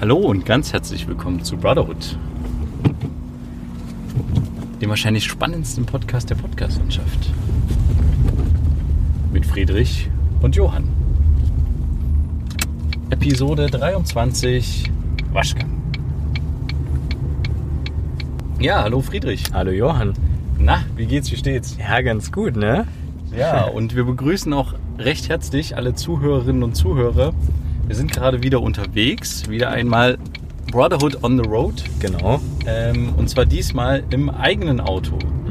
Hallo und ganz herzlich willkommen zu Brotherhood, dem wahrscheinlich spannendsten Podcast der Podcast-Landschaft. Mit Friedrich und Johann. Episode 23, Waschgang. Ja, hallo Friedrich. Hallo Johann. Na, wie geht's, wie steht's? Ja, ganz gut, ne? Ja, und wir begrüßen auch recht herzlich alle Zuhörerinnen und Zuhörer. Wir sind gerade wieder unterwegs, wieder einmal Brotherhood on the Road. Genau. Und zwar diesmal im eigenen Auto.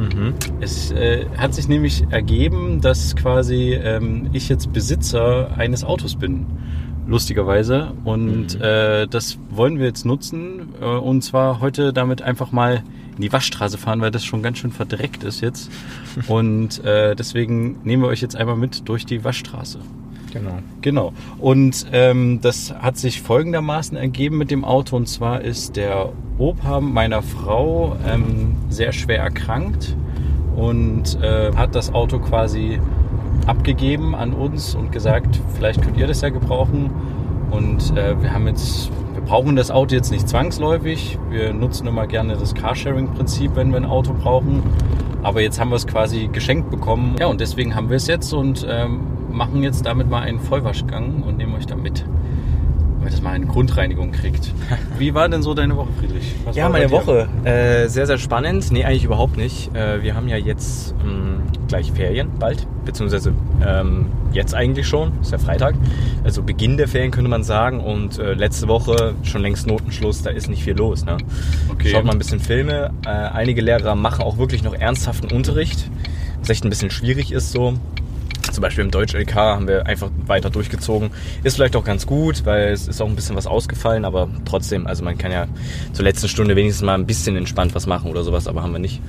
Es hat sich nämlich ergeben, dass quasi ich jetzt Besitzer eines Autos bin, lustigerweise. Und das wollen wir jetzt nutzen und zwar heute damit einfach mal in die Waschstraße fahren, weil das schon ganz schön verdreckt ist jetzt. Und deswegen nehmen wir euch jetzt einmal mit durch die Waschstraße. Genau. Und das hat sich folgendermaßen ergeben mit dem Auto. Und zwar ist der Opa meiner Frau sehr schwer erkrankt und hat das Auto quasi abgegeben an uns und gesagt, vielleicht könnt ihr das ja gebrauchen. Und wir brauchen das Auto jetzt nicht zwangsläufig. Wir nutzen immer gerne das Carsharing-Prinzip, wenn wir ein Auto brauchen. Aber jetzt haben wir es quasi geschenkt bekommen. Ja, und deswegen haben wir es jetzt und machen jetzt damit mal einen Vollwaschgang und nehmen euch da mit, damit es mal eine Grundreinigung kriegt. Wie war denn so deine Woche, Friedrich? Ja, meine Woche. Sehr, sehr spannend. Nee, eigentlich überhaupt nicht. Wir haben ja jetzt gleich Ferien bald, beziehungsweise jetzt eigentlich schon, ist ja Freitag. Also Beginn der Ferien könnte man sagen und letzte Woche schon längst Notenschluss, da ist nicht viel los. Ne? Okay. Schaut mal ein bisschen Filme. Einige Lehrer machen auch wirklich noch ernsthaften Unterricht, was echt ein bisschen schwierig ist so. Zum Beispiel im Deutsch-LK haben wir einfach weiter durchgezogen. Ist vielleicht auch ganz gut, weil es ist auch ein bisschen was ausgefallen, aber trotzdem, also man kann ja zur letzten Stunde wenigstens mal ein bisschen entspannt was machen oder sowas, aber haben wir nicht.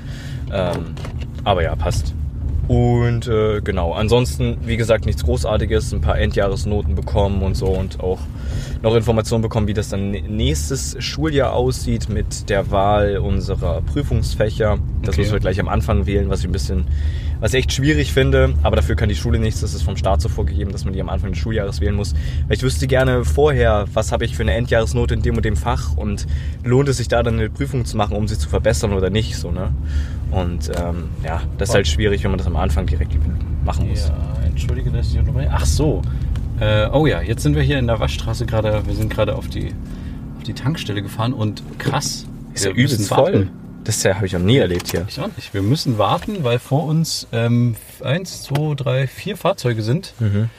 Aber ja, passt. Und genau, ansonsten, wie gesagt, nichts Großartiges, ein paar Endjahresnoten bekommen und so und auch noch Informationen bekommen, wie das dann nächstes Schuljahr aussieht mit der Wahl unserer Prüfungsfächer. Das müssen wir gleich am Anfang wählen, was ich echt schwierig finde, aber dafür kann die Schule nichts, das ist vom Staat so vorgegeben, dass man die am Anfang des Schuljahres wählen muss. Weil ich wüsste gerne vorher, was habe ich für eine Endjahresnote in dem und dem Fach und lohnt es sich da dann eine Prüfung zu machen, um sie zu verbessern oder nicht, so, ne? Und ja, das ist halt schwierig, wenn man das am Anfang direkt machen muss. Ja, entschuldige, dass ich unterbreche. Ach so. Oh ja, jetzt sind wir hier in der Waschstraße gerade, wir sind gerade auf die Tankstelle gefahren und krass. Ist ja übelst voll. Das habe ich noch nie erlebt hier. Ich auch nicht. Wir müssen warten, weil vor uns 1, 2, 3, 4 Fahrzeuge sind.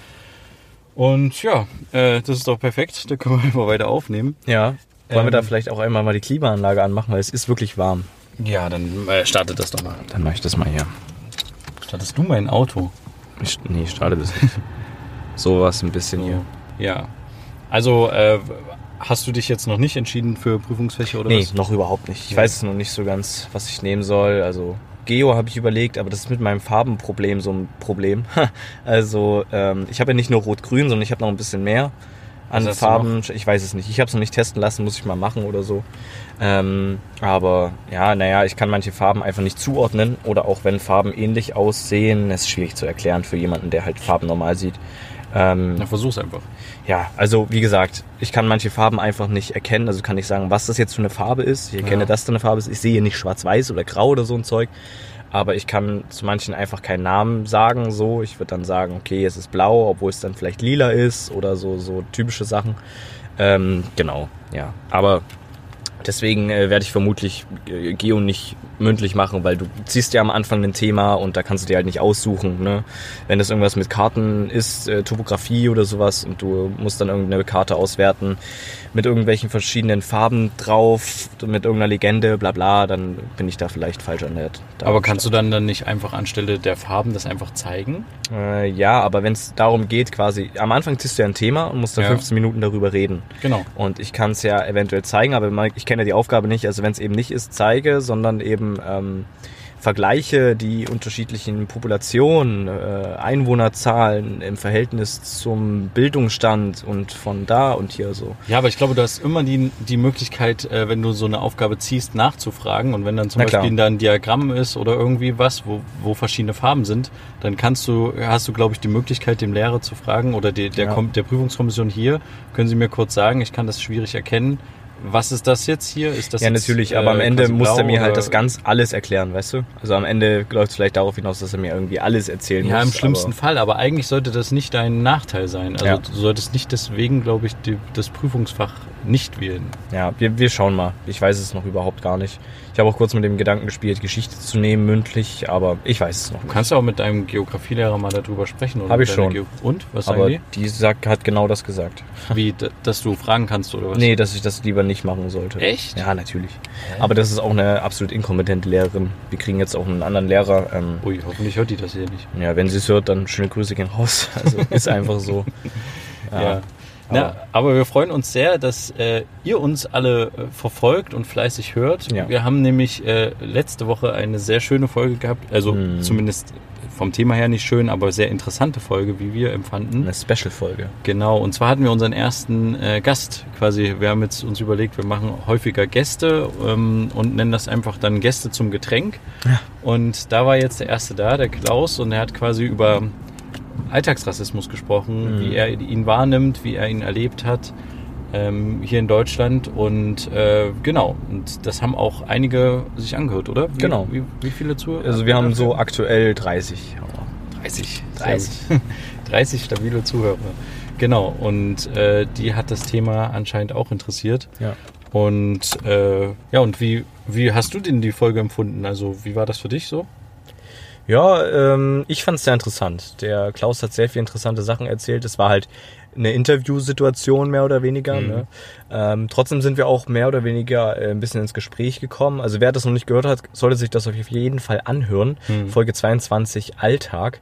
Und ja, das ist doch perfekt. Da können wir einfach weiter aufnehmen. Ja. Wollen wir da vielleicht auch einmal mal die Klimaanlage anmachen, weil es ist wirklich warm. Ja, dann startet das doch mal. Dann mache ich das mal hier. Startest du mein Auto? Nee, ich starte das nicht. Sowas ein bisschen hier. Ja. Also, hast du dich jetzt noch nicht entschieden für Prüfungsfächer oder was? Nee, noch überhaupt nicht. Ich weiß es noch nicht so ganz, was ich nehmen soll. Also Geo habe ich überlegt, aber das ist mit meinem Farbenproblem so ein Problem. Also ich habe ja nicht nur Rot-Grün, sondern ich habe noch ein bisschen mehr an Farben. Ich weiß es nicht. Ich habe es noch nicht testen lassen, muss ich mal machen oder so. Aber ja, naja, ich kann manche Farben einfach nicht zuordnen. Oder auch wenn Farben ähnlich aussehen, das ist schwierig zu erklären für jemanden, der halt Farben normal sieht. Na, versuch's einfach. Ja, also wie gesagt, ich kann manche Farben einfach nicht erkennen. Also kann nicht sagen, was das jetzt für eine Farbe ist. Ich erkenne, dass das eine Farbe ist. Ich sehe nicht schwarz-weiß oder grau oder so ein Zeug. Aber ich kann zu manchen einfach keinen Namen sagen. So, ich würde dann sagen, okay, es ist blau, obwohl es dann vielleicht lila ist oder so typische Sachen. Genau, ja. Aber deswegen werde ich vermutlich Geo nicht mündlich machen, weil du ziehst ja am Anfang ein Thema und da kannst du dir halt nicht aussuchen. Ne? Wenn das irgendwas mit Karten ist, Topografie oder sowas und du musst dann irgendeine Karte auswerten mit irgendwelchen verschiedenen Farben drauf, mit irgendeiner Legende, bla bla, dann bin ich da vielleicht falsch an der. Aber kannst du dann nicht einfach anstelle der Farben das einfach zeigen? Ja, aber wenn es darum geht, quasi, am Anfang ziehst du ja ein Thema und musst dann 15 Minuten darüber reden. Genau. Und ich kann es ja eventuell zeigen, aber ich kenne ja die Aufgabe nicht, also wenn es eben nicht ist, zeige, sondern eben vergleiche die unterschiedlichen Populationen, Einwohnerzahlen im Verhältnis zum Bildungsstand und von da und hier so. Ja, aber ich glaube, du hast immer die Möglichkeit, wenn du so eine Aufgabe ziehst, nachzufragen. Und wenn dann zum Beispiel da ein Diagramm ist oder irgendwie was, wo verschiedene Farben sind, dann hast du, glaube ich, die Möglichkeit, dem Lehrer zu fragen oder der Prüfungskommission hier, können Sie mir kurz sagen, ich kann das schwierig erkennen. Was ist das jetzt hier? Ist das ja, jetzt, natürlich, aber am Ende muss er mir halt das ganz alles erklären, weißt du? Also am Ende läuft es vielleicht darauf hinaus, dass er mir irgendwie alles erzählen muss. Ja, im schlimmsten Fall, aber eigentlich sollte das nicht dein Nachteil sein. Also du solltest nicht deswegen, glaube ich, das Prüfungsfach nicht wählen. Ja, wir schauen mal. Ich weiß es noch überhaupt gar nicht. Ich habe auch kurz mit dem Gedanken gespielt, Geschichte zu nehmen, mündlich, aber ich weiß es noch nicht. Du kannst auch mit deinem Geografielehrer mal darüber sprechen. Habe ich schon. Und? Was sagen die? Die hat genau das gesagt. Wie, dass du fragen kannst oder was? Nee, dass ich das lieber nicht machen sollte. Echt? Ja, natürlich. Aber das ist auch eine absolut inkompetente Lehrerin. Wir kriegen jetzt auch einen anderen Lehrer. Ui, hoffentlich hört die das hier nicht. Ja, wenn sie es hört, dann schöne Grüße gehen raus. Also ist einfach so. Ja. Aber wir freuen uns sehr, dass ihr uns alle verfolgt und fleißig hört. Ja. Wir haben nämlich letzte Woche eine sehr schöne Folge gehabt. Also zumindest vom Thema her nicht schön, aber sehr interessante Folge, wie wir empfanden. Eine Special-Folge. Genau, und zwar hatten wir unseren ersten Gast quasi. Wir haben jetzt uns überlegt, wir machen häufiger Gäste und nennen das einfach dann Gäste zum Getränk. Ja. Und da war jetzt der Erste da, der Klaus, und er hat quasi über Alltagsrassismus gesprochen, wie er ihn wahrnimmt, wie er ihn erlebt hat hier in Deutschland und genau, und das haben auch einige sich angehört, oder? Genau. Wie viele Zuhörer? Also wir haben so aktuell 30. 30 stabile Zuhörer. Genau, und die hat das Thema anscheinend auch interessiert. Ja. Und und wie hast du denn die Folge empfunden? Also wie war das für dich so? Ja, ich fand es sehr interessant. Der Klaus hat sehr viele interessante Sachen erzählt. Es war halt eine Interviewsituation mehr oder weniger. Ne? Trotzdem sind wir auch mehr oder weniger ein bisschen ins Gespräch gekommen. Also wer das noch nicht gehört hat, sollte sich das auf jeden Fall anhören. Folge 22, Alltag.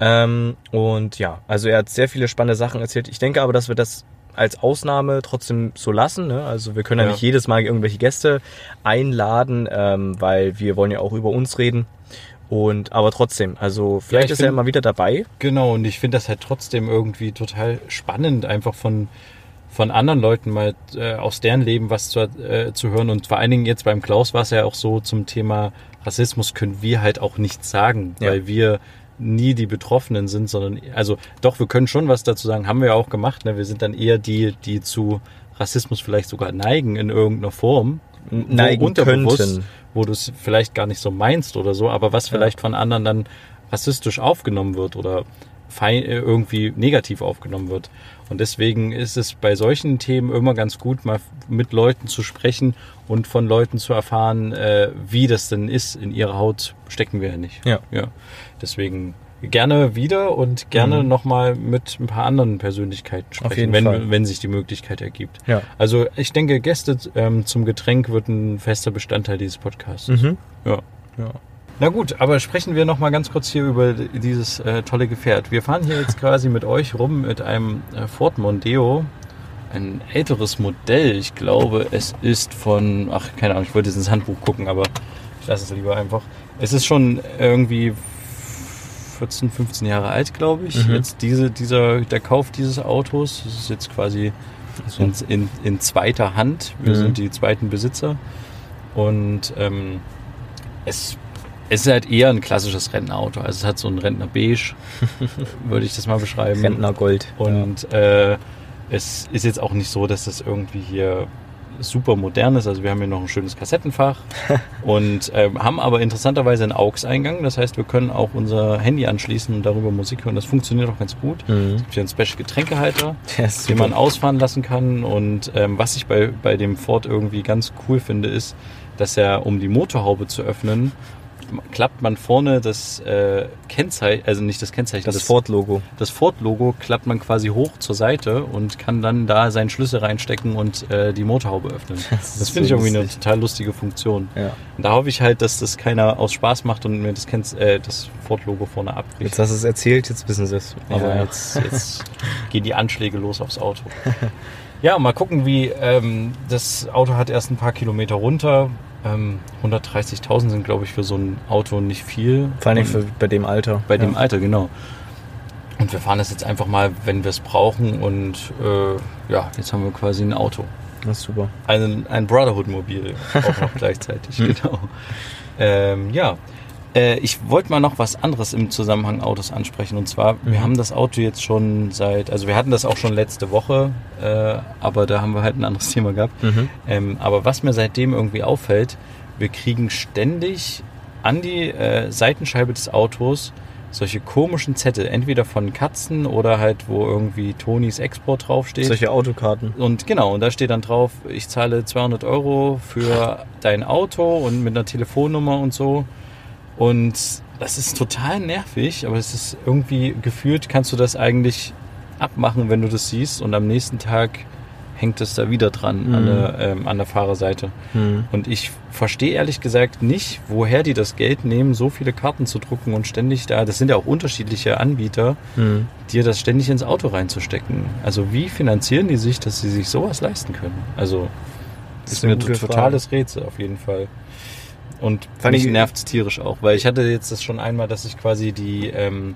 Und ja, also er hat sehr viele spannende Sachen erzählt. Ich denke aber, dass wir das als Ausnahme trotzdem so lassen. Ne? Also wir können ja nicht jedes Mal irgendwelche Gäste einladen, weil wir wollen ja auch über uns reden. Aber trotzdem, also vielleicht ist er immer wieder dabei. Genau, und ich finde das halt trotzdem irgendwie total spannend, einfach von anderen Leuten mal aus deren Leben was zu hören. Und vor allen Dingen jetzt beim Klaus war es ja auch so, zum Thema Rassismus können wir halt auch nichts sagen, weil wir nie die Betroffenen sind, sondern, also doch, wir können schon was dazu sagen, haben wir ja auch gemacht. Ne? Wir sind dann eher die zu Rassismus vielleicht sogar neigen in irgendeiner Form. Neigen könnten. Wo du es vielleicht gar nicht so meinst oder so, aber was vielleicht von anderen dann rassistisch aufgenommen wird oder irgendwie negativ aufgenommen wird. Und deswegen ist es bei solchen Themen immer ganz gut, mal mit Leuten zu sprechen und von Leuten zu erfahren, wie das denn ist. In ihrer Haut stecken wir ja nicht. Ja. Deswegen gerne wieder und gerne nochmal mit ein paar anderen Persönlichkeiten sprechen, wenn sich die Möglichkeit ergibt. Ja. Also ich denke, Gäste zum Getränk wird ein fester Bestandteil dieses Podcasts. Ja. Na gut, aber sprechen wir nochmal ganz kurz hier über dieses tolle Gefährt. Wir fahren hier jetzt quasi mit euch rum mit einem Ford Mondeo. Ein älteres Modell. Ich glaube, es ist von, keine Ahnung, ich wollte jetzt ins Handbuch gucken, aber ich lasse es lieber einfach. Es ist schon irgendwie 14, 15 Jahre alt, glaube ich. Jetzt der Kauf dieses Autos, das ist jetzt quasi in zweiter Hand. Wir sind die zweiten Besitzer. Und es ist halt eher ein klassisches Rentnerauto. Also es hat so ein Rentner-Beige, würde ich das mal beschreiben. Rentner-Gold. Und es ist jetzt auch nicht so, dass das irgendwie hier super modern ist. Also wir haben hier noch ein schönes Kassettenfach und haben aber interessanterweise einen AUX-Eingang. Das heißt, wir können auch unser Handy anschließen und darüber Musik hören. Das funktioniert auch ganz gut. Es gibt hier einen Special-Getränkehalter, den man ausfahren lassen kann. Und was ich bei dem Ford irgendwie ganz cool finde, ist, dass er, um die Motorhaube zu öffnen, klappt man vorne das Kennzeichen, also nicht das Kennzeichen, das Ford-Logo. Das Ford-Logo klappt man quasi hoch zur Seite und kann dann da seinen Schlüssel reinstecken und die Motorhaube öffnen. Das finde ich irgendwie eine total lustige Funktion. Ja. Und da hoffe ich halt, dass das keiner aus Spaß macht und mir das Ford-Logo vorne abbricht. Jetzt hast du es erzählt, jetzt wissen sie es. Aber jetzt gehen die Anschläge los aufs Auto. Ja, mal gucken, wie das Auto hat erst ein paar Kilometer runter. 130.000 sind, glaube ich, für so ein Auto nicht viel. Vor allem bei dem Alter. Bei dem Alter, genau. Und wir fahren das jetzt einfach mal, wenn wir es brauchen. Und jetzt haben wir quasi ein Auto. Das ist super. Ein Brotherhood-Mobil auch noch gleichzeitig, genau. Ich wollte mal noch was anderes im Zusammenhang Autos ansprechen. Und zwar, wir haben das Auto jetzt schon wir hatten das auch schon letzte Woche, aber da haben wir halt ein anderes Thema gehabt. Aber was mir seitdem irgendwie auffällt, wir kriegen ständig an die Seitenscheibe des Autos solche komischen Zettel, entweder von Katzen oder halt, wo irgendwie Tonys Export draufsteht. Solche Autokarten. Und genau, und da steht dann drauf, ich zahle 200 € für dein Auto und mit einer Telefonnummer und so. Und das ist total nervig, aber es ist irgendwie gefühlt, kannst du das eigentlich abmachen, wenn du das siehst, und am nächsten Tag hängt es da wieder dran an der Fahrerseite. Und ich verstehe ehrlich gesagt nicht, woher die das Geld nehmen, so viele Karten zu drucken und ständig das sind ja auch unterschiedliche Anbieter, dir das ständig ins Auto reinzustecken. Also wie finanzieren die sich, dass sie sich sowas leisten können? Also das ist mir ein totales Rätsel auf jeden Fall. Und mich nervt es tierisch auch, weil ich hatte jetzt das schon einmal, dass ich quasi die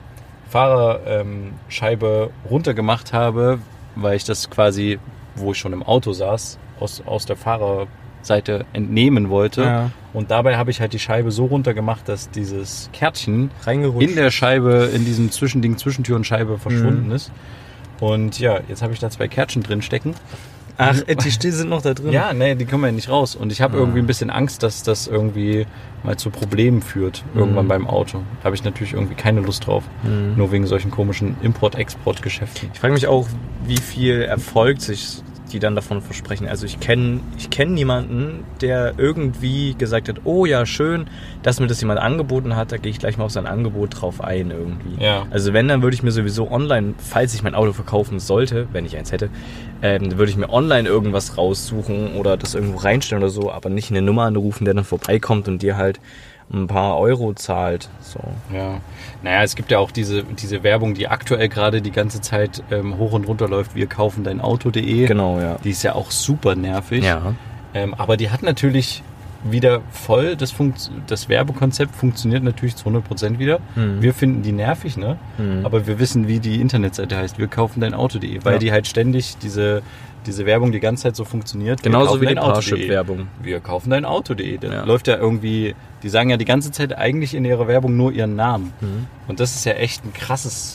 Fahrerscheibe runtergemacht habe, weil ich das quasi, wo ich schon im Auto saß, aus der Fahrerseite entnehmen wollte. Ja. Und dabei habe ich halt die Scheibe so runtergemacht, dass dieses Kärtchen in der Scheibe, in diesem Zwischending zwischen Tür und Scheibe verschwunden ist. Und ja, jetzt habe ich da 2 Kärtchen drin stecken. Ach, die sind noch da drin? Ja, nee, die kommen ja nicht raus. Und ich habe irgendwie ein bisschen Angst, dass das irgendwie mal zu Problemen führt, irgendwann beim Auto. Da habe ich natürlich irgendwie keine Lust drauf. Nur wegen solchen komischen Import-Export-Geschäften. Ich frage mich auch, wie viel Erfolg sich die dann davon versprechen. Also ich kenn niemanden, der irgendwie gesagt hat, oh ja, schön, dass mir das jemand angeboten hat, da gehe ich gleich mal auf sein Angebot drauf ein irgendwie. Ja. Also wenn, dann würde ich mir sowieso online, falls ich mein Auto verkaufen sollte, wenn ich eins hätte, dann würde ich mir online irgendwas raussuchen oder das irgendwo reinstellen oder so, aber nicht eine Nummer anrufen, der dann vorbeikommt und dir halt ein paar Euro zahlt. So. Ja, naja, es gibt ja auch diese Werbung, die aktuell gerade die ganze Zeit hoch und runter läuft, wir kaufen dein Auto.de. Genau, ja. Die ist ja auch super nervig. Ja. Aber die hat natürlich wieder voll, das Werbekonzept funktioniert natürlich zu 100% wieder. Wir finden die nervig, ne? Aber wir wissen, wie die Internetseite heißt, wir kaufen dein Auto.de, weil die halt ständig diese Werbung die ganze Zeit so funktioniert. Genauso wie die Parship-Werbung. Wir kaufen dein Auto.de. Da läuft ja irgendwie, die sagen ja die ganze Zeit eigentlich in ihrer Werbung nur ihren Namen. Und das ist ja echt ein krasses...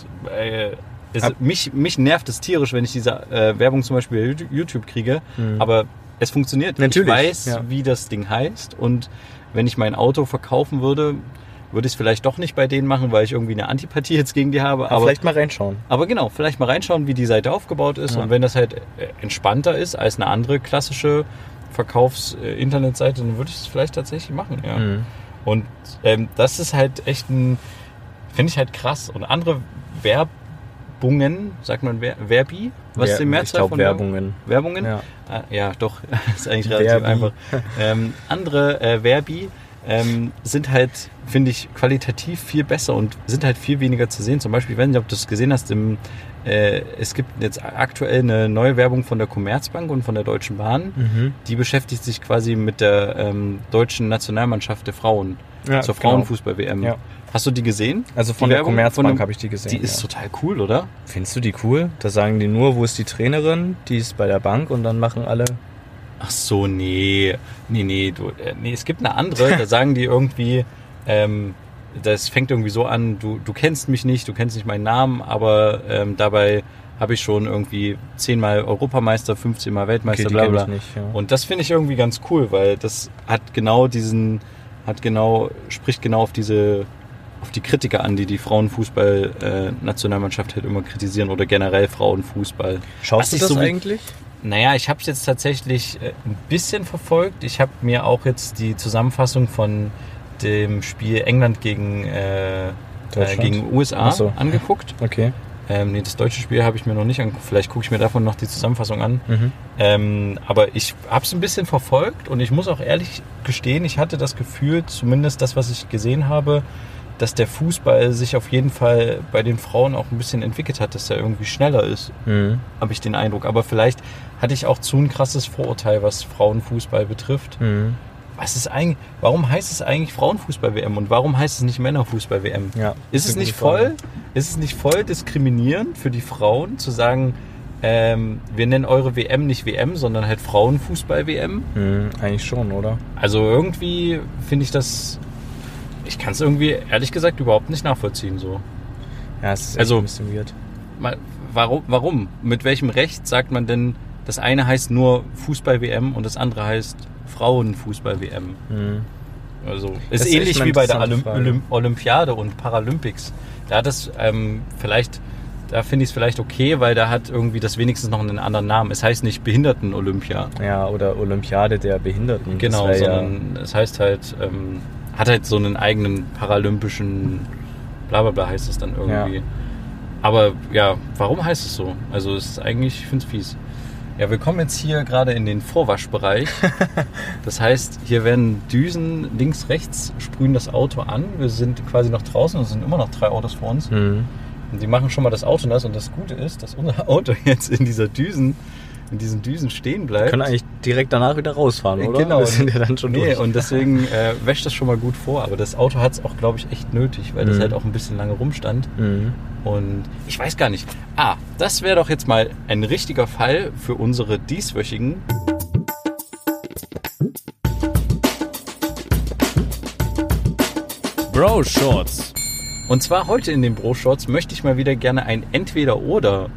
mich nervt es tierisch, wenn ich diese Werbung zum Beispiel bei YouTube kriege, aber es funktioniert. Natürlich. Ich weiß, wie das Ding heißt, und wenn ich mein Auto verkaufen würde ich es vielleicht doch nicht bei denen machen, weil ich irgendwie eine Antipathie jetzt gegen die habe. Aber vielleicht mal reinschauen. Aber genau, vielleicht mal reinschauen, wie die Seite aufgebaut ist. Ja. Und wenn das halt entspannter ist als eine andere klassische Verkaufs-Internetseite, dann würde ich es vielleicht tatsächlich machen. Ja. Und das ist halt echt finde ich halt krass. Und andere Werbungen, sagt man Verbi? Was ist die Mehrzahl von Werbungen? Werbungen? Ja, ja doch, ist eigentlich relativ einfach. Andere Verbi sind halt, finde ich, qualitativ viel besser und sind halt viel weniger zu sehen. Zum Beispiel, ich weiß nicht, ob du es gesehen hast, es gibt jetzt aktuell eine neue Werbung von der Commerzbank und von der Deutschen Bahn. Die beschäftigt sich quasi mit der deutschen Nationalmannschaft der Frauen zur Frauenfußball-WM. Ja. Hast du die gesehen? Also von der Commerzbank habe ich die gesehen. Die ist total cool, oder? Findest du die cool? Da sagen die nur, wo ist die Trainerin? Die ist bei der Bank, und dann machen alle... Ach so, nee, es gibt eine andere, da sagen die irgendwie, das fängt irgendwie so an, du kennst mich nicht, du kennst nicht meinen Namen, aber dabei habe ich schon irgendwie 10-mal Europameister, 15-mal Weltmeister, bla bla. Nicht, ja. Und das finde ich irgendwie ganz cool, weil das spricht genau auf die Kritiker an, die Frauenfußball-Nationalmannschaft halt immer kritisieren, oder generell Frauenfußball. Schaust du das eigentlich? Naja, ich habe es jetzt tatsächlich ein bisschen verfolgt. Ich habe mir auch jetzt die Zusammenfassung von dem Spiel England gegen USA angeguckt. Okay. Das deutsche Spiel habe ich mir noch nicht angeguckt. Vielleicht gucke ich mir davon noch die Zusammenfassung an. Aber ich habe es ein bisschen verfolgt, und ich muss auch ehrlich gestehen, ich hatte das Gefühl, zumindest das, was ich gesehen habe, dass der Fußball sich auf jeden Fall bei den Frauen auch ein bisschen entwickelt hat, dass er irgendwie schneller ist, habe ich den Eindruck. Aber vielleicht hatte ich auch zu ein krasses Vorurteil, was Frauenfußball betrifft. warum heißt es eigentlich Frauenfußball-WM und warum heißt es nicht Männerfußball-WM? Ja, ist es nicht voll diskriminierend für die Frauen zu sagen, wir nennen eure WM nicht WM, sondern halt Frauenfußball-WM? Eigentlich schon, oder? Also irgendwie finde ich das, ich kann es irgendwie ehrlich gesagt überhaupt nicht nachvollziehen so. Ja, es ist echt ein bisschen weird. Warum? Mit welchem Recht sagt man denn, das eine heißt nur Fußball-WM und das andere heißt Frauenfußball-WM? Also ist Das ist ähnlich echt eine wie bei der interessante Olympiade und Paralympics. Da hat das da finde ich es vielleicht okay, weil da hat irgendwie das wenigstens noch einen anderen Namen. Es heißt nicht Behinderten-Olympia. Ja, oder Olympiade der Behinderten. Genau, sondern es heißt halt, hat halt so einen eigenen paralympischen Blablabla heißt es dann irgendwie. Ja. Aber ja, warum heißt es so? Also es ist eigentlich, ich finde es fies. Ja, wir kommen jetzt hier gerade in den Vorwaschbereich. Das heißt, hier werden Düsen links, rechts, sprühen das Auto an. Wir sind quasi noch draußen und es sind immer noch 3 Autos vor uns. Und die machen schon mal das Auto nass. Und das Gute ist, dass unser Auto jetzt in diesen Düsen stehen bleibt. Wir können eigentlich direkt danach wieder rausfahren, oder? Genau. Wir sind ja dann schon durch. Und deswegen wäscht das schon mal gut vor. Aber das Auto hat es auch, glaube ich, echt nötig, weil das halt auch ein bisschen lange rumstand. Und ich weiß gar nicht. Das wäre doch jetzt mal ein richtiger Fall für unsere dieswöchigen Bro Shorts. Und zwar heute in den Bro Shorts möchte ich mal wieder gerne ein Entweder-Oder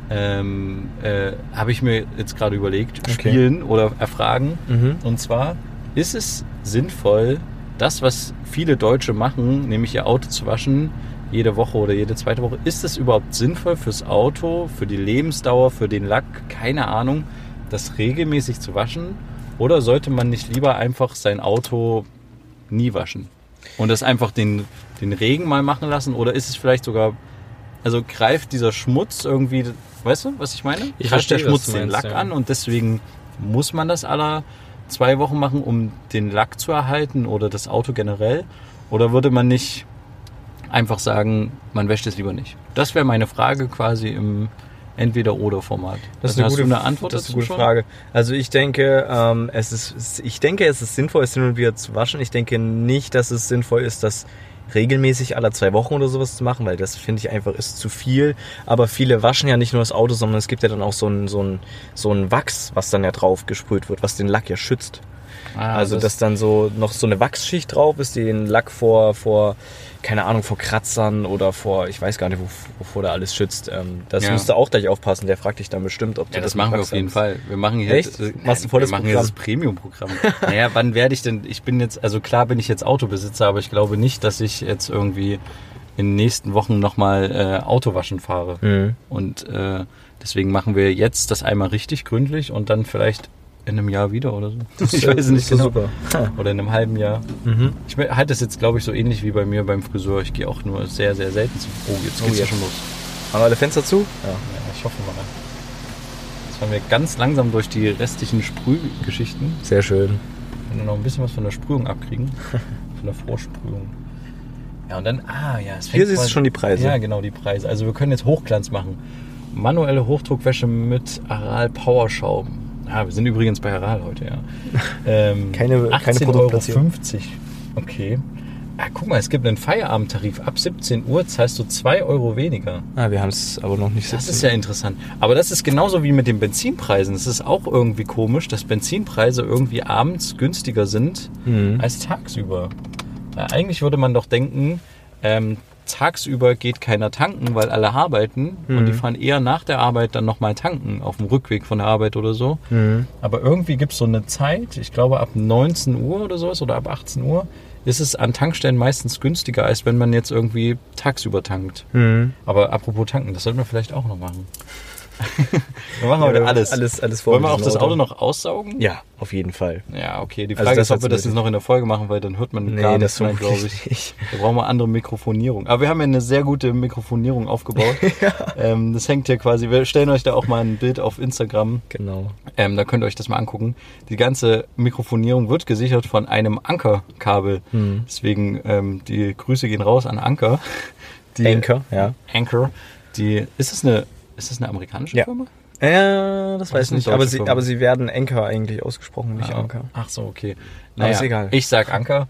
habe ich mir jetzt gerade überlegt, spielen oder erfragen. Und zwar, ist es sinnvoll, das, was viele Deutsche machen, nämlich ihr Auto zu waschen, jede Woche oder jede zweite Woche, ist es überhaupt sinnvoll fürs Auto, für die Lebensdauer, für den Lack, keine Ahnung, das regelmäßig zu waschen? Oder sollte man nicht lieber einfach sein Auto nie waschen und das einfach den Regen mal machen lassen? Oder ist es vielleicht sogar, also greift dieser Schmutz irgendwie, weißt du, was ich meine? Ich greift der verstehe, Schmutz was du meinst, den Lack an und deswegen muss man das alle 2 Wochen machen, um den Lack zu erhalten oder das Auto generell? Oder würde man nicht einfach sagen, man wäscht es lieber nicht? Das wäre meine Frage quasi im Entweder-Oder-Format. Das ist eine gute Antwort. Das ist eine gute Frage. Also ich denke, es ist sinnvoll, es hin und wieder zu waschen. Ich denke nicht, dass es sinnvoll ist, das regelmäßig alle 2 Wochen oder sowas zu machen, weil das finde ich einfach ist zu viel. Aber viele waschen ja nicht nur das Auto, sondern es gibt ja dann auch so ein Wachs, was dann ja drauf gesprüht wird, was den Lack ja schützt. Also dass dann so noch so eine Wachsschicht drauf ist, die den Lack vor keine Ahnung, vor Kratzern oder vor, ich weiß gar nicht, wovor der alles schützt. Das musst du auch gleich aufpassen. Der fragt dich dann bestimmt, ob du das machen wir auf jeden Fall. Wir machen hier Echt? Machst du volles wir machen hier das Premium-Programm. Naja, wann werde ich denn, also klar bin ich jetzt Autobesitzer, aber ich glaube nicht, dass ich jetzt irgendwie in den nächsten Wochen nochmal Autowaschen fahre. Und deswegen machen wir jetzt das einmal richtig gründlich und dann vielleicht in einem Jahr wieder oder so. Ich weiß es nicht genau. Super. Oder in einem halben Jahr. Ich halte das jetzt, glaube ich, so ähnlich wie bei mir beim Friseur. Ich gehe auch nur sehr, sehr selten zum... Jetzt geht's ja schon los. Haben wir alle Fenster zu? Ja, ich hoffe mal. Jetzt fahren wir ganz langsam durch die restlichen Sprühgeschichten. Sehr schön. Wenn wir noch ein bisschen was von der Sprühung abkriegen. Von der Vorsprühung. Ja, und dann... es fängt hier siehst du schon die Preise. Ja, genau, die Preise. Also wir können jetzt Hochglanz machen. Manuelle Hochdruckwäsche mit Aral Powerschaum. Wir sind übrigens bei Aral heute, ja. Keine Produktplatzierung. 18,50 €. Okay. Guck mal, es gibt einen Feierabendtarif. Ab 17 Uhr zahlst du 2 € weniger. Wir haben es aber noch nicht 17. Das ist ja interessant. Aber das ist genauso wie mit den Benzinpreisen. Es ist auch irgendwie komisch, dass Benzinpreise irgendwie abends günstiger sind als tagsüber. Eigentlich würde man doch denken, tagsüber geht keiner tanken, weil alle arbeiten und die fahren eher nach der Arbeit dann nochmal tanken, auf dem Rückweg von der Arbeit oder so. Aber irgendwie gibt es so eine Zeit, ich glaube ab 19 Uhr oder sowas oder ab 18 Uhr, ist es an Tankstellen meistens günstiger, als wenn man jetzt irgendwie tagsüber tankt. Aber apropos tanken, das sollten wir vielleicht auch noch machen. Wir machen heute alles. Alles vor. Wollen wir auch das Auto noch aussaugen? Ja, auf jeden Fall. Ja, okay. Die Frage ist, ob wir das jetzt noch in der Folge machen, weil dann hört man gar nichts mehr, glaube ich. Nicht. Da brauchen wir andere Mikrofonierung. Aber wir haben ja eine sehr gute Mikrofonierung aufgebaut. Das hängt hier quasi, wir stellen euch da auch mal ein Bild auf Instagram. Genau. Da könnt ihr euch das mal angucken. Die ganze Mikrofonierung wird gesichert von einem Ankerkabel. Deswegen, die Grüße gehen raus an Anker. Anker, ja. Anker. Ist das eine amerikanische Firma? Ja, das weiß ich nicht. eine Aber deutsche Firma. sie werden Anker eigentlich ausgesprochen, nicht Anker. Ach so, okay. Aber ist egal. Ich sag Anker.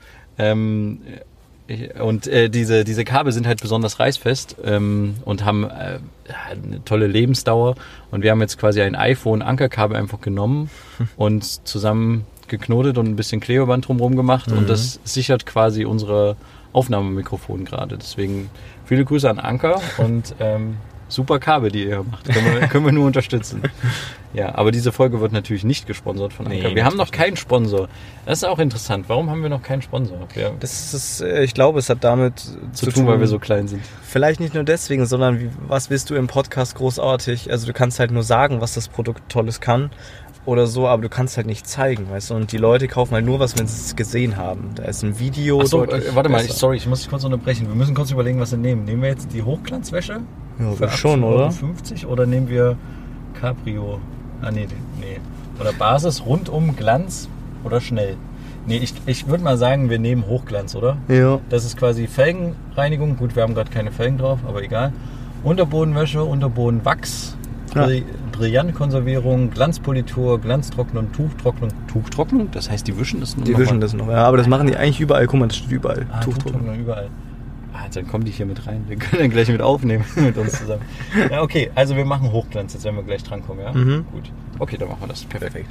Diese Kabel sind halt besonders reißfest und haben eine tolle Lebensdauer. Und wir haben jetzt quasi ein iPhone-Ankerkabel einfach genommen und zusammen geknotet und ein bisschen Klebeband drumherum gemacht. Und das sichert quasi unsere Aufnahmemikrofon gerade. Deswegen viele Grüße an Anker und super Kabel, die ihr macht. Können wir nur unterstützen. Ja, aber diese Folge wird natürlich nicht gesponsert von Anker. Wir haben noch keinen Sponsor. Das ist auch interessant. Warum haben wir noch keinen Sponsor? Ich glaube, es hat damit zu tun, weil wir so klein sind. Vielleicht nicht nur deswegen, sondern was willst du im Podcast großartig? Also du kannst halt nur sagen, was das Produkt Tolles kann oder so, aber du kannst halt nicht zeigen, weißt du? Und die Leute kaufen halt nur was, wenn sie es gesehen haben. Da ist ein Video. Ach so, warte mal, ich muss dich kurz unterbrechen. Wir müssen kurz überlegen, was wir nehmen. Nehmen wir jetzt die Hochglanzwäsche? Ja, für schon, oder? 50 oder nehmen wir Cabrio? Nee. Oder Basis, rundum, Glanz oder schnell? Nee, ich würde mal sagen, wir nehmen Hochglanz, oder? Ja. Das ist quasi Felgenreinigung. Gut, wir haben gerade keine Felgen drauf, aber egal. Unterbodenwäsche, Unterbodenwachs, Brillantkonservierung, Glanzpolitur, Glanztrocknung, Tuchtrocknung. Tuchtrocknung? Das heißt, die wischen das noch? Die wischen das noch, ja, aber das machen die eigentlich überall. Guck mal, das steht überall. Tuchtrocknung überall. Dann kommen die hier mit rein. Wir können dann gleich mit aufnehmen mit uns zusammen. Ja, okay, also wir machen Hochglanz, jetzt werden wir gleich drankommen, ja? Gut. Okay, dann machen wir das. Perfekt.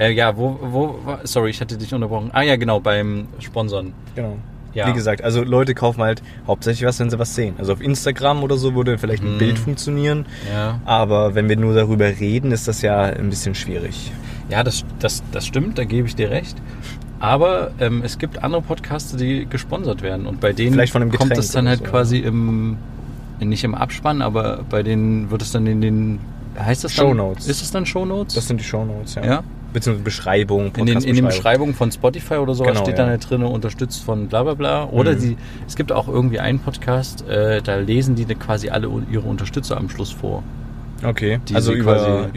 Sorry, ich hatte dich unterbrochen. Ah ja, genau, beim Sponsoren. Genau. Ja. Wie gesagt, also Leute kaufen halt hauptsächlich was, wenn sie was sehen. Also auf Instagram oder so würde vielleicht ein Bild funktionieren. Ja. Aber wenn wir nur darüber reden, ist das ja ein bisschen schwierig. Ja, das stimmt, da gebe ich dir recht. Aber es gibt andere Podcasts, die gesponsert werden. Und bei denen vielleicht von einem Getränk kommt es dann halt so, quasi nicht im Abspann, aber bei denen wird es dann in den, heißt das dann? Shownotes. Ist es dann Shownotes? Das sind die Shownotes, ja. Ja? Beziehungsweise Beschreibung, in den Beschreibungen von Spotify oder sowas genau, steht dann halt drin, unterstützt von bla bla bla. Oder es gibt auch irgendwie einen Podcast, da lesen die quasi alle ihre Unterstützer am Schluss vor. Okay, die also über...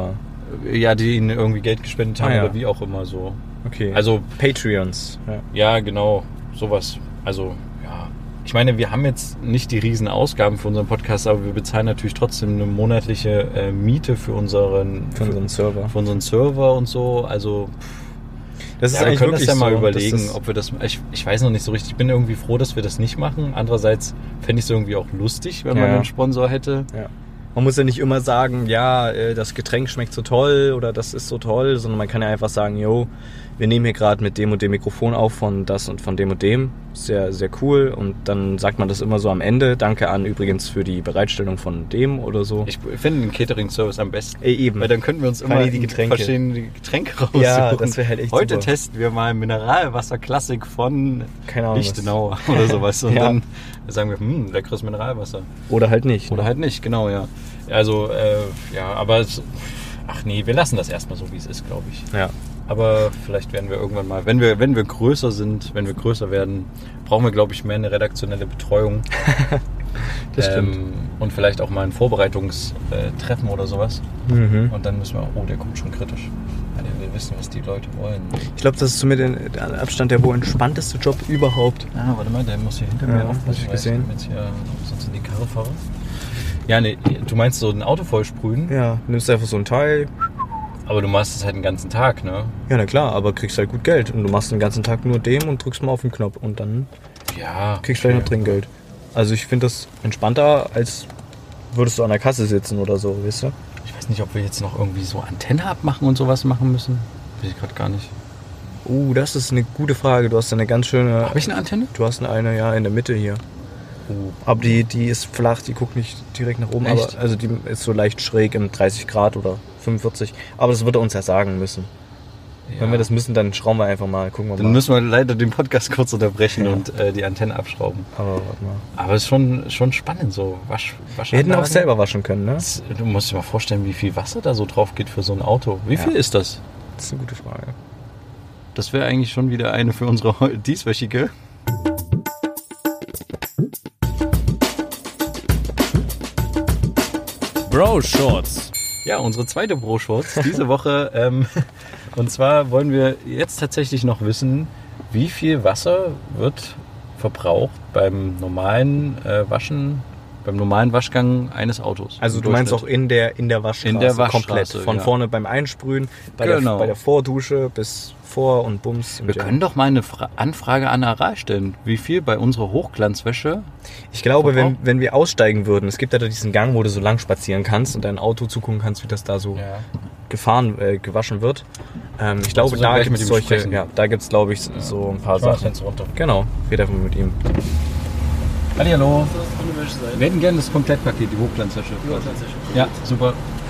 Ja, die ihnen irgendwie Geld gespendet haben ja. oder wie auch immer so. Okay, also Patreons. Ja, genau, sowas. Also, ja. Ich meine, wir haben jetzt nicht die riesen Ausgaben für unseren Podcast, aber wir bezahlen natürlich trotzdem eine monatliche Miete für unseren Server und so. Also, das ist wir eigentlich können wirklich das ja mal so, überlegen, ob wir das... Ich weiß noch nicht so richtig. Ich bin irgendwie froh, dass wir das nicht machen. Andererseits fände ich es irgendwie auch lustig, wenn man einen Sponsor hätte. Ja. Man muss ja nicht immer sagen, ja, das Getränk schmeckt so toll oder das ist so toll, sondern man kann ja einfach sagen, yo, wir nehmen hier gerade mit dem und dem Mikrofon auf von das und von dem und dem. Sehr, sehr cool. Und dann sagt man das immer so am Ende. Danke an übrigens für die Bereitstellung von dem oder so. Ich finde den Catering-Service am besten. Eben. Weil dann könnten wir uns immer die Getränke raussuchen. Ja, das wäre halt echt Heute super. testen wir mal Mineralwasser-Klassik von Lichtenau oder sowas. Und dann sagen wir, leckeres Mineralwasser. Oder halt nicht. Oder halt nicht, genau, ja. Also, aber... wir lassen das erstmal so, wie es ist, glaube ich. Ja. Aber vielleicht werden wir irgendwann mal, wenn wir größer sind, wenn wir größer werden, brauchen wir, glaube ich, mehr eine redaktionelle Betreuung. Das stimmt. Und vielleicht auch mal ein Vorbereitungstreffen oder sowas. Und dann müssen wir, der guckt schon kritisch. Wir wissen, was die Leute wollen. Ich glaube, das ist somit der Abstand der wohl entspannteste Job überhaupt. Ah, warte mal, der muss hier hinter mir aufpassen. Hab ich gesehen. Jetzt hier sonst in die Karre fahre. Ja, nee, du meinst so ein Auto vollsprühen? Ja, nimmst einfach so ein Teil. Aber du machst es halt den ganzen Tag, ne? Ja, na klar, aber kriegst halt gut Geld. Und du machst den ganzen Tag nur dem und drückst mal auf den Knopf. Und dann kriegst du gleich noch Trinkgeld. Also ich finde das entspannter, als würdest du an der Kasse sitzen oder so, weißt du? Ich weiß nicht, ob wir jetzt noch irgendwie so Antenne abmachen und sowas machen müssen. Weiß ich gerade gar nicht. Das ist eine gute Frage. Du hast eine ganz schöne... Habe ich eine Antenne? Du hast eine, ja, in der Mitte hier. Aber die ist flach, die guckt nicht direkt nach oben. Echt? Aber, also die ist so leicht schräg im 30 Grad oder 45. Aber das wird er uns ja sagen müssen. Ja. Wenn wir das müssen, dann schrauben wir einfach mal. Gucken wir mal. Dann müssen wir leider den Podcast kurz unterbrechen und die Antenne abschrauben. Aber warte mal. Aber es ist schon spannend so. Wir hätten auch selber waschen können, ne? Du musst dir mal vorstellen, wie viel Wasser da so drauf geht für so ein Auto. Wie viel ist das? Das ist eine gute Frage. Das wäre eigentlich schon wieder eine für unsere dieswöchige. Bro-Shorts. Ja, unsere zweite Bro-Shorts diese Woche. Und zwar wollen wir jetzt tatsächlich noch wissen, wie viel Wasser wird verbraucht beim normalen Waschen Beim normalen Waschgang eines Autos. Also du meinst auch in der Waschstraße? In der Waschstraße, komplett. Von vorne beim Einsprühen, bei der Vordusche bis vor und Bums. Wir können doch mal eine Anfrage an Aral stellen. Wie viel bei unserer Hochglanzwäsche? Ich glaube, wenn wir aussteigen würden, es gibt ja da diesen Gang, wo du so lang spazieren kannst und dein Auto zugucken kannst, wie das da so gewaschen wird. Ich glaube, da gibt es solche, da gibt es, glaube ich, so ein paar Sachen. Genau, red einfach mit ihm. Hallo. Wir hätten gerne das Komplettpaket, die Hochglanzwäsche. Ja, super.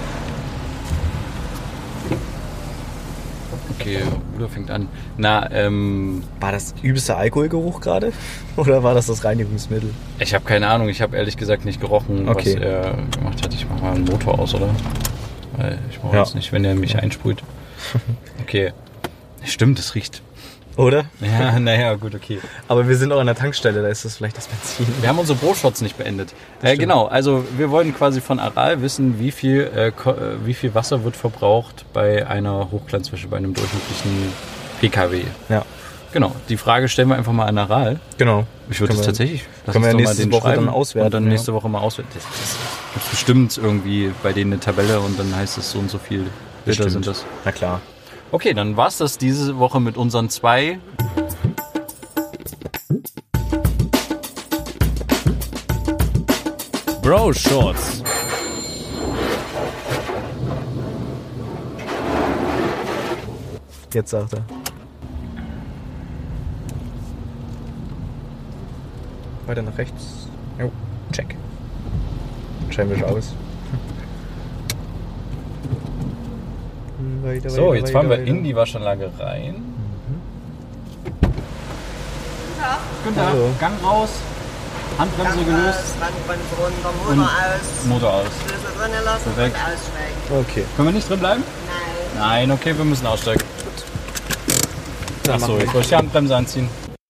Okay, Bruder fängt an. War das übelster Alkoholgeruch gerade? Oder war das Reinigungsmittel? Ich habe keine Ahnung. Ich habe ehrlich gesagt nicht gerochen, was er gemacht hat. Ich mache mal einen Motor aus, oder? Weil ich brauche es nicht, wenn er mich einsprüht. Okay. Stimmt, es riecht. Oder? Ja, naja, gut, okay. Aber wir sind auch an der Tankstelle, da ist das vielleicht das Benzin. Wir haben unsere Pro-Shots nicht beendet. Genau, also wir wollen quasi von Aral wissen, wie viel Wasser wird verbraucht bei einer Hochglanzwäsche, bei einem durchschnittlichen PKW. Ja. Genau, die Frage stellen wir einfach mal an Aral. Genau. Ich würde das tatsächlich... Können wir nächste Woche dann auswerten. Und dann nächste Woche mal auswerten. Das gibt bestimmt irgendwie bei denen eine Tabelle und dann heißt es so und so viel Liter sind das. Na klar. Okay, dann war's das diese Woche mit unseren 2 Bro-Shorts. Jetzt sagt er. Weiter nach rechts. Jo, check. Scheinbar aus. So, jetzt fahren wir in die Waschanlage rein. Guten Tag. Gang raus. Handbremse gelöst. Handbremse runter, Motor aus. Schlüssel drinnen lassen und aussteigen. Okay. Können wir nicht drin bleiben? Nein. Nein, okay, wir müssen aussteigen. Achso, jetzt wollte ich die Handbremse anziehen.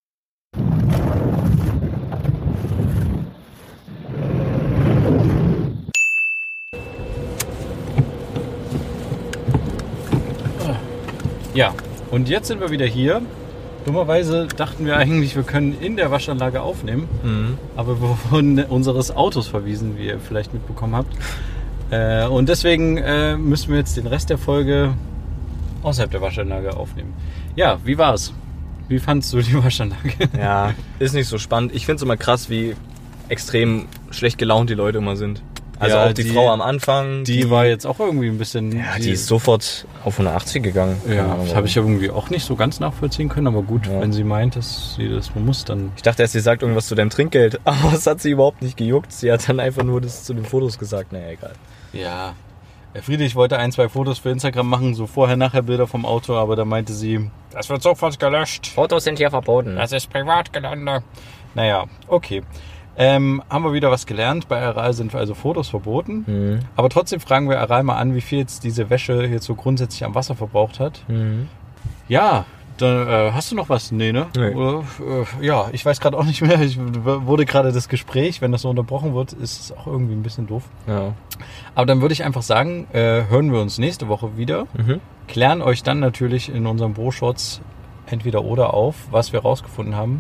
Ja, und jetzt sind wir wieder hier. Dummerweise dachten wir eigentlich, wir können in der Waschanlage aufnehmen. Aber wir wurden unseres Autos verwiesen, wie ihr vielleicht mitbekommen habt. Und deswegen müssen wir jetzt den Rest der Folge außerhalb der Waschanlage aufnehmen. Ja, wie war's? Wie fandst du die Waschanlage? Ja, ist nicht so spannend. Ich finde es immer krass, wie extrem schlecht gelaunt die Leute immer sind. Also ja, auch die Frau am Anfang. Die war jetzt auch irgendwie ein bisschen... Ja, die ist sofort auf 180 gegangen. Ja, das habe ich ja irgendwie auch nicht so ganz nachvollziehen können. Aber gut, wenn sie meint, dass sie das muss, dann... Ich dachte erst, sie sagt irgendwas zu deinem Trinkgeld. Aber das hat sie überhaupt nicht gejuckt. Sie hat dann einfach nur das zu den Fotos gesagt. Naja, egal. Ja, Friedrich wollte 1-2 Fotos für Instagram machen, so Vorher-Nachher-Bilder vom Auto. Aber da meinte sie, das wird sofort gelöscht. Fotos sind hier verboten. Das ist Privatgelände. Naja, okay. Haben wir wieder was gelernt. Bei Aral sind also Fotos verboten. Aber trotzdem fragen wir Aral mal an, wie viel jetzt diese Wäsche jetzt so grundsätzlich am Wasser verbraucht hat. Ja, dann hast du noch was? Nee, ne? Nee. Oder, ja, ich weiß gerade auch nicht mehr. Ich wurde gerade das Gespräch, wenn das so unterbrochen wird, ist es auch irgendwie ein bisschen doof. Ja. Aber dann würde ich einfach sagen, hören wir uns nächste Woche wieder. Klären euch dann natürlich in unserem Bro-Shorts entweder oder auf, was wir rausgefunden haben.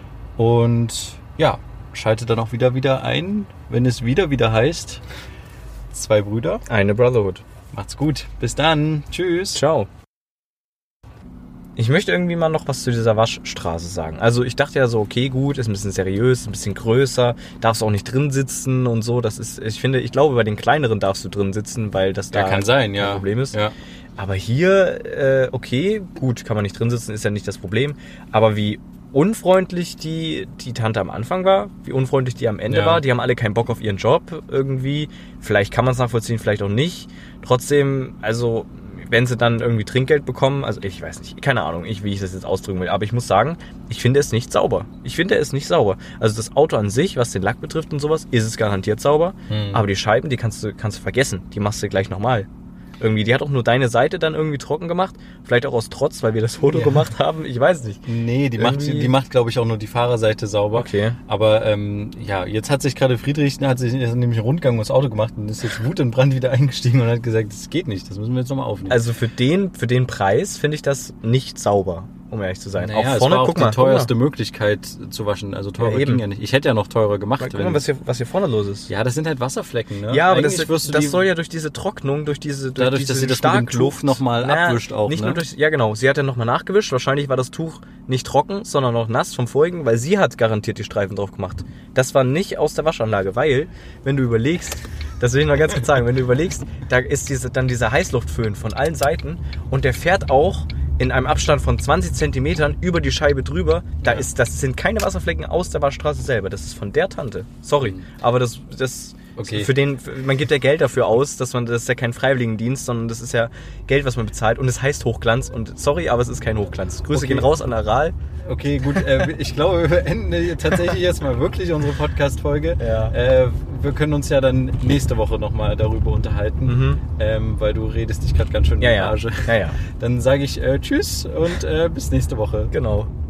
Und ja, schaltet dann auch wieder ein, wenn es wieder heißt 2 Brüder. Eine Brotherhood. Macht's gut. Bis dann. Tschüss. Ciao. Ich möchte irgendwie mal noch was zu dieser Waschstraße sagen. Also ich dachte ja so, okay, gut, ist ein bisschen seriös, ein bisschen größer, darfst auch nicht drin sitzen und so. Das ist, ich glaube, bei den kleineren darfst du drin sitzen, weil das da kann sein, kein Problem ist. Ja. Aber hier, okay, gut, kann man nicht drin sitzen, ist ja nicht das Problem. Aber wie unfreundlich die Tante am Anfang war, wie unfreundlich die am Ende war. Die haben alle keinen Bock auf ihren Job irgendwie. Vielleicht kann man es nachvollziehen, vielleicht auch nicht. Trotzdem, also wenn sie dann irgendwie Trinkgeld bekommen, also ich weiß nicht, keine Ahnung, wie ich das jetzt ausdrücken will, aber ich muss sagen, ich finde es nicht sauber. Also das Auto an sich, was den Lack betrifft und sowas, ist es garantiert sauber. Aber die Scheiben, die kannst du vergessen. Die machst du gleich nochmal. Irgendwie, die hat auch nur deine Seite dann irgendwie trocken gemacht. Vielleicht auch aus Trotz, weil wir das Foto gemacht haben. Ich weiß nicht. Nee, die macht, glaube ich, auch nur die Fahrerseite sauber. Okay. Aber ja, jetzt hat sich gerade Friedrich, nämlich einen Rundgang ums Auto gemacht und ist jetzt Wut und Brand wieder eingestiegen und hat gesagt, das geht nicht, das müssen wir jetzt nochmal aufnehmen. Also für den Preis finde ich das nicht sauber. um ehrlich zu sein. Naja, auch vorne, es war auch guck die mal. teuerste Möglichkeit zu waschen. Also teurer eben. ging ja nicht. Ich hätte ja noch teurer gemacht. Guck mal, was hier vorne los ist. Ja, das sind halt Wasserflecken, ne? Ja, aber Eigentlich wirst du das die- soll ja durch diese Trocknung, durch diese Dadurch, dass sie das mit dem Tuch nochmal abwischt auch, nicht ne? nur durch, ja genau, sie hat dann nochmal nachgewischt. Wahrscheinlich war das Tuch nicht trocken, sondern noch nass vom vorigen, weil sie hat garantiert die Streifen drauf gemacht. Das war nicht aus der Waschanlage, weil, wenn du überlegst, das will ich noch ganz kurz sagen, wenn du überlegst, da ist dann dieser Heißluftföhn von allen Seiten und der fährt auch in einem Abstand von 20 Zentimetern über die Scheibe drüber. Das sind keine Wasserflecken aus der Waschstraße selber. Das ist von der Tante. Sorry, aber das Okay. man gibt ja Geld dafür aus, das ist ja kein Freiwilligendienst, sondern das ist ja Geld, was man bezahlt und es heißt Hochglanz und sorry, aber es ist kein Hochglanz. Grüße gehen raus an Aral. Okay, gut. Ich glaube, wir beenden tatsächlich jetzt mal wirklich unsere Podcast-Folge. Ja. Wir können uns ja dann nächste Woche nochmal darüber unterhalten, weil du redest dich gerade ganz schön in Rage. Ja. Dann sage ich Tschüss und bis nächste Woche. Genau.